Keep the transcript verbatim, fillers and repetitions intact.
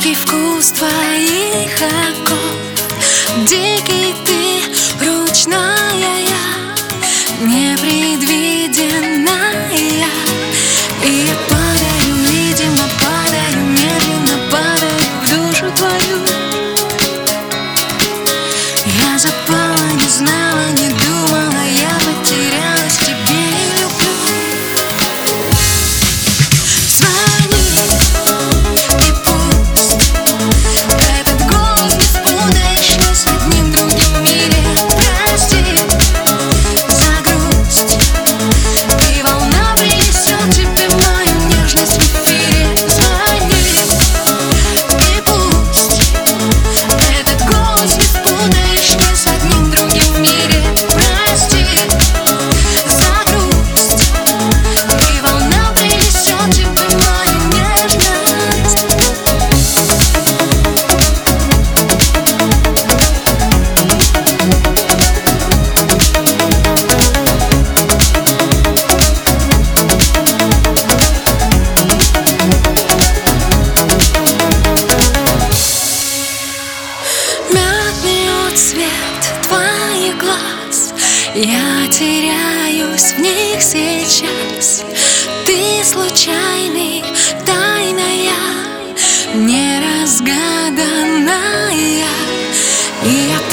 Сладкий вкус твоих оков, дикий ты, ручная я, непредвиденная. И я падаю, видимо, падаю, медленно падаю в душу твою. Я запала, не знала, не думала, я потерялась в тебе и люблю. Звони, и пусть этот голос не спутаешь ни с одним другим мире. Прости за грусть, и волна принесет тебе мою нежность в эфире. Звони, и пусть этот голос не спутаешь ни с одним другим мире. Прости за грусть, и волна принесет тебе мою нежность. Мятный отцвет твоих глаз, я теряюсь в них сейчас. Ты случайный, тайная, неразгаданная, и я